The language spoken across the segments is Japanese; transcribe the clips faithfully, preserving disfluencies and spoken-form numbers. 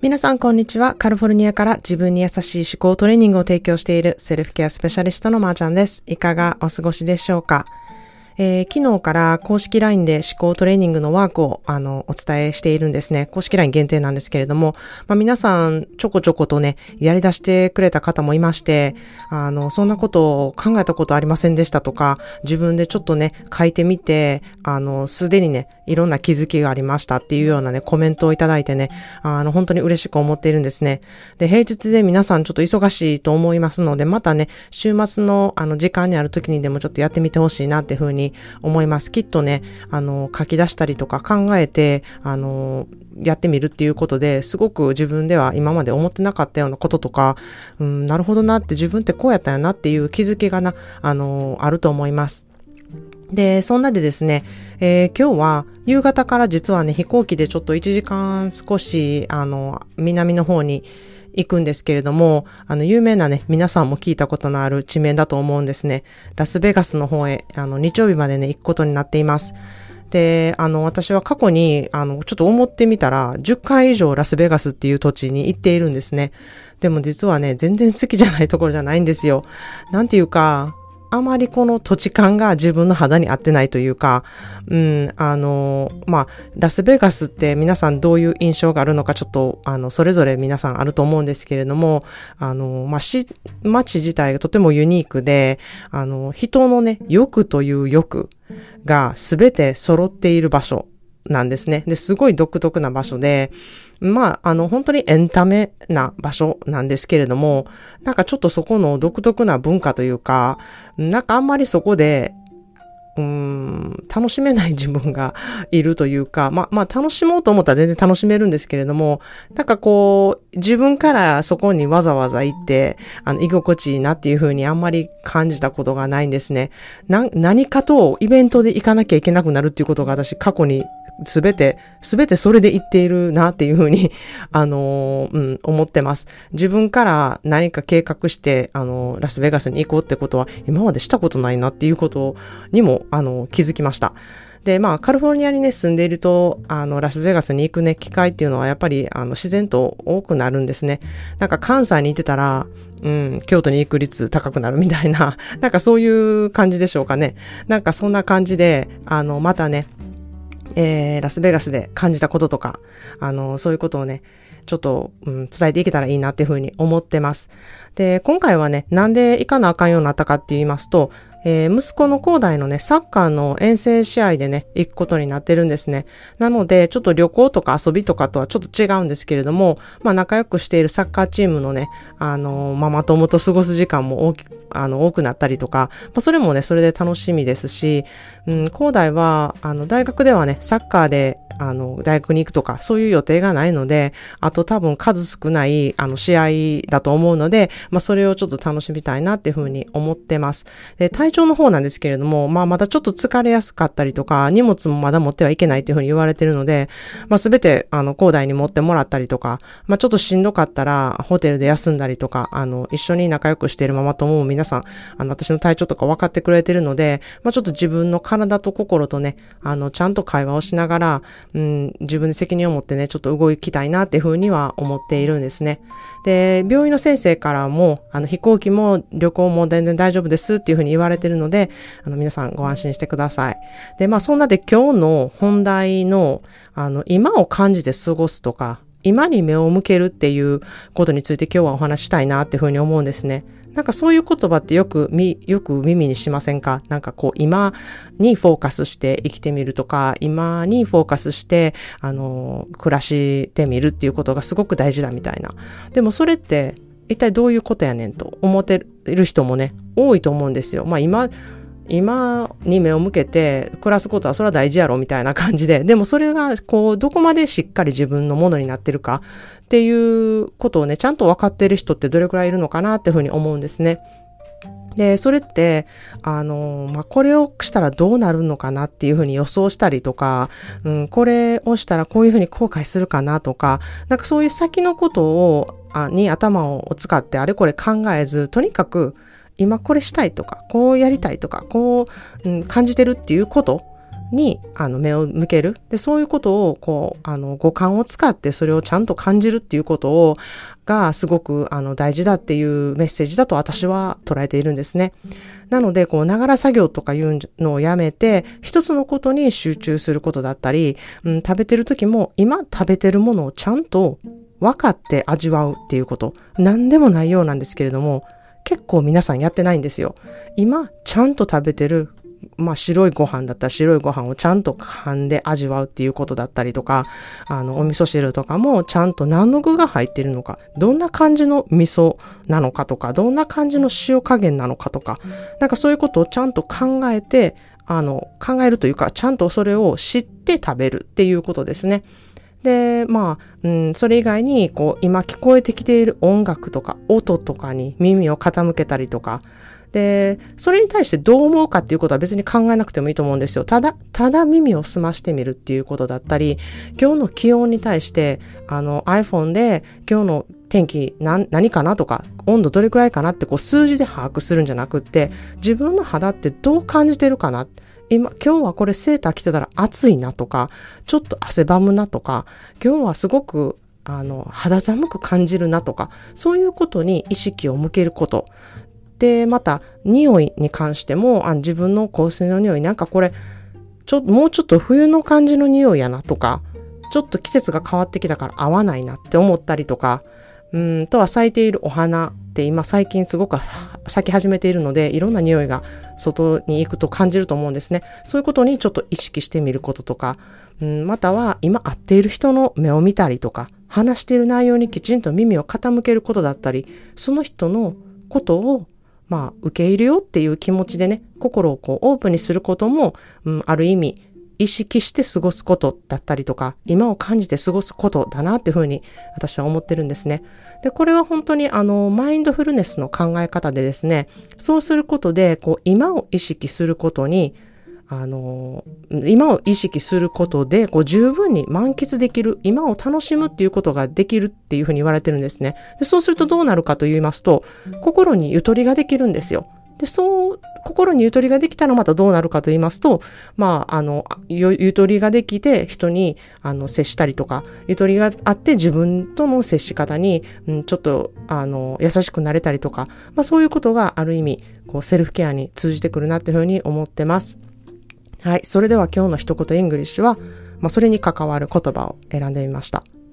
皆さんこんにちは。カリフォルニアから自分に優しい思考トレーニングを提供しているセルフケアスペシャリストのまーちゃんです。いかがお過ごしでしょうか？えー、昨日から公式 ライン で思考トレーニングのワークをあのお伝えしているんですね。公式 ライン 限定なんですけれども、まあ、皆さんちょこちょことねやり出してくれた方もいまして、あのそんなことを考えたことありませんでしたとか、自分でちょっとね書いてみて、あのすでにねいろんな気づきがありましたっていうようなねコメントをいただいてね、あの本当に嬉しく思っているんですね。で、平日で皆さんちょっと忙しいと思いますので、またね週末のあの時間にある時にでもちょっとやってみてほしいなっていうふうに思います。きっとね、あの、書き出したりとか考えて、あの、やってみるっていうことですごく自分では今まで思ってなかったようなこととか、うん、なるほどなって自分ってこうやったんやなっていう気づきがな、あの、あると思います。で、そんなでですね、えー、今日は夕方から実はね、飛行機でちょっといちじかん少し、あの、南の方に行くんですけれども、あの、有名なね、皆さんも聞いたことのある地名だと思うんですね。ラスベガスの方へ、あの、日曜日までね、行くことになっています。で、あの、私は過去に、あの、ちょっと思ってみたら、じゅっかい以上ラスベガスっていう土地に行っているんですね。でも実はね、全然好きじゃないところじゃないんですよ。なんていうか、あまりこの土地感が自分の肌に合ってないというか、うん、あの、まあ、ラスベガスって皆さんどういう印象があるのかちょっと、あの、それぞれ皆さんあると思うんですけれども、あの、まあ、し、街自体がとてもユニークで、あの、人のね、欲という欲がすべて揃っている場所なんですね。で、すごい独特な場所で、まあ、あの、本当にエンタメな場所なんですけれども、なんかちょっとそこの独特な文化というか、なんかあんまりそこで、うーん、楽しめない自分がいるというか、まあ、まあ、楽しもうと思ったら全然楽しめるんですけれども、なんかこう、自分からそこにわざわざ行って、あの、居心地いいなっていう風にあんまり感じたことがないんですね。な、何かとイベントで行かなきゃいけなくなるっていうことが私過去にすべて、すべてそれで言っているなっていうふうに、あの、うん、思ってます。自分から何か計画して、あの、ラスベガスに行こうってことは、今までしたことないなっていうことにも、あの、気づきました。で、まあ、カリフォルニアにね、住んでいると、あの、ラスベガスに行くね、機会っていうのは、やっぱり、あの、自然と多くなるんですね。なんか、関西に行ってたら、うん、京都に行く率高くなるみたいな、なんかそういう感じでしょうかね。なんかそんな感じで、あの、またね、えー、ラスベガスで感じたこととか、あの、そういうことをね、ちょっと、うん、伝えていけたらいいなっていうふうに思ってます。で、今回はね、なんで行かなあかんようになったかって言いますと、えー、息子の高大のね、サッカーの遠征試合でね、行くことになってるんですね。なので、ちょっと旅行とか遊びとかとはちょっと違うんですけれども、まあ仲良くしているサッカーチームのね、あのー、ママ友と過ごす時間も大きあの、多くなったりとか、まあ、それもね、それで楽しみですし、うん、高大は、あの、大学ではね、サッカーで、あの、大学に行くとか、そういう予定がないので、あと多分数少ない、あの、試合だと思うので、まあ、それをちょっと楽しみたいなっていうふうに思ってます。で、体調の方なんですけれども、まあ、まだちょっと疲れやすかったりとか、荷物もまだ持ってはいけないっていうふうに言われてるので、まあ、すべて、あの、高大に持ってもらったりとか、まあ、ちょっとしんどかったら、ホテルで休んだりとか、あの、一緒に仲良くしているママ友も皆さん、あの、私の体調とか分かってくれてるので、まあ、ちょっと自分の体と心とね、あの、ちゃんと会話をしながら、うん、自分で責任を持ってね、ちょっと動きたいなっていうふうには思っているんですね。で、病院の先生からも、あの、飛行機も旅行も全然大丈夫ですっていうふうに言われてるので、あの、皆さんご安心してください。で、まあ、そんなで今日の本題の、あの、今を感じて過ごすとか、今に目を向けるっていうことについて今日はお話したいなっていうふうに思うんですね。なんかそういう言葉ってよくみ、よく耳にしませんか？なんかこう今にフォーカスして生きてみるとか、今にフォーカスして、あの、暮らしてみるっていうことがすごく大事だみたいな。でもそれって一体どういうことやねんと思ってる人もね、多いと思うんですよ。まあ今、今に目を向けて暮らすことはそれは大事やろみたいな感じで、でもそれがこうどこまでしっかり自分のものになってるかっていうことをね、ちゃんと分かっている人ってどれくらいいるのかなっていうふうに思うんですね。で、それって、あの、まあ、これをしたらどうなるのかなっていうふうに予想したりとか、うん、これをしたらこういうふうに後悔するかなとか、なんかそういう先のことを、あに頭を使ってあれこれ考えず、とにかく今これしたいとか、こうやりたいとか、こう、うん、感じてるっていうことにあの目を向ける。で、そういうことをこうあの五感を使ってそれをちゃんと感じるっていうことをがすごくあの大事だっていうメッセージだと私は捉えているんですね。なのでこうながら作業とかいうのをやめて一つのことに集中することだったり、うん、食べてる時も今食べてるものをちゃんと分かって味わうっていうこと、何でもないようなんですけれども、結構皆さんやってないんですよ。今ちゃんと食べてるまあ白いご飯だったら白いご飯をちゃんと噛んで味わうっていうことだったりとか、あのお味噌汁とかもちゃんと何の具が入っているのか、どんな感じの味噌なのかとか、どんな感じの塩加減なのかとか、なんかそういうことをちゃんと考えて、あの考えるというか、ちゃんとそれを知って食べるっていうことですね。で、まあ、うん、それ以外にこう今聞こえてきている音楽とか音とかに耳を傾けたりとか、で、それに対してどう思うかっていうことは別に考えなくてもいいと思うんですよ。ただ、ただ耳を澄ましてみるっていうことだったり、今日の気温に対して、あの iPhone で今日の天気何、何かなとか、温度どれくらいかなってこう数字で把握するんじゃなくって、自分の肌ってどう感じてるかな。今、今日はこれセーター着てたら暑いなとか、ちょっと汗ばむなとか、今日はすごくあの肌寒く感じるなとか、そういうことに意識を向けること。で、また匂いに関しても、あ自分の香水の匂いなんかこれちょもうちょっと冬の感じの匂いやなとか、ちょっと季節が変わってきたから合わないなって思ったりとか、うんとは咲いているお花って今最近すごく咲き始めているので、いろんな匂いが外に行くと感じると思うんですね。そういうことにちょっと意識してみることとか、うん、または今会っている人の目を見たりとか、話している内容にきちんと耳を傾けることだったり、その人のことをまあ、受け入れようっていう気持ちでね、心をこうオープンにすることも、うん、ある意味意識して過ごすことだったりとか、今を感じて過ごすことだなっていうふうに私は思ってるんですね。で、これは本当にあのマインドフルネスの考え方でですね、そうすることでこう今を意識することにあの今を意識することでこう十分に満喫できる、今を楽しむっていうことができるっていうふうに言われてるんですね。で、そうするとどうなるかと言いますと、心にゆとりができるんですよ。で、そう心にゆとりができたらまたどうなるかと言いますと、まああのゆ, ゆとりができて人にあの接したりとか、ゆとりがあって自分との接し方に、うん、ちょっとあの優しくなれたりとか、まあそういうことがある意味こうセルフケアに通じてくるなっていうふうに思ってます。はい。それでは今日の一言イングリッシュは、まあ、それに関わる言葉を選んでみました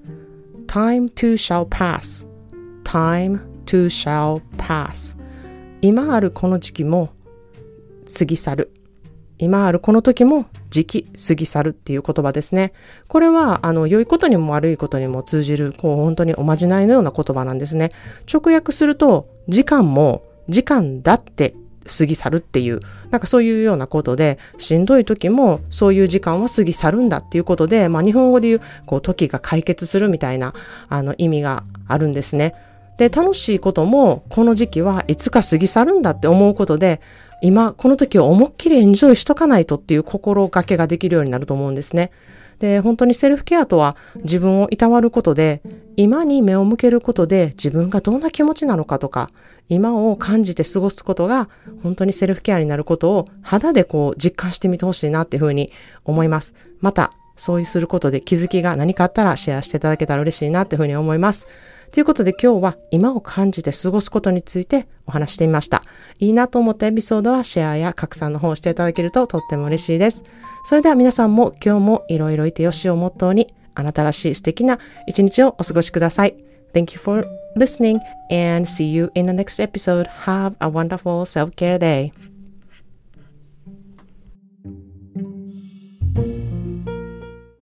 。Time too shall pass. Time too shall pass. 今あるこの時期も過ぎ去る。今あるこの時も時期過ぎ去るっていう言葉ですね。これは、あの、良いことにも悪いことにも通じる、こう、本当におまじないのような言葉なんですね。直訳すると、時間も時間だって過ぎ去るっていう、なんかそういうようなことで、しんどい時もそういう時間は過ぎ去るんだっていうことで、まあ日本語で言う、こう時が解決するみたいなあの意味があるんですね。で、楽しいこともこの時期はいつか過ぎ去るんだって思うことで、今この時を思いっきりエンジョイしとかないとっていう心がけができるようになると思うんですね。で、本当にセルフケアとは自分をいたわることで、今に目を向けることで自分がどんな気持ちなのかとか、今を感じて過ごすことが本当にセルフケアになることを肌でこう実感してみてほしいなっていうふうに思います。また、そうすることで気づきが何かあったらシェアしていただけたら嬉しいなっていうふうに思います。ということで今日は今を感じて過ごすことについてお話してみました。いいなと思ったエピソードはシェアや拡散の方をしていただけるととっても嬉しいです。それでは皆さんも今日もいろいろいてよしをモットーにあなたらしい素敵な一日をお過ごしください。Thank you for listening and see you in the next episode. Have a wonderful self-care day.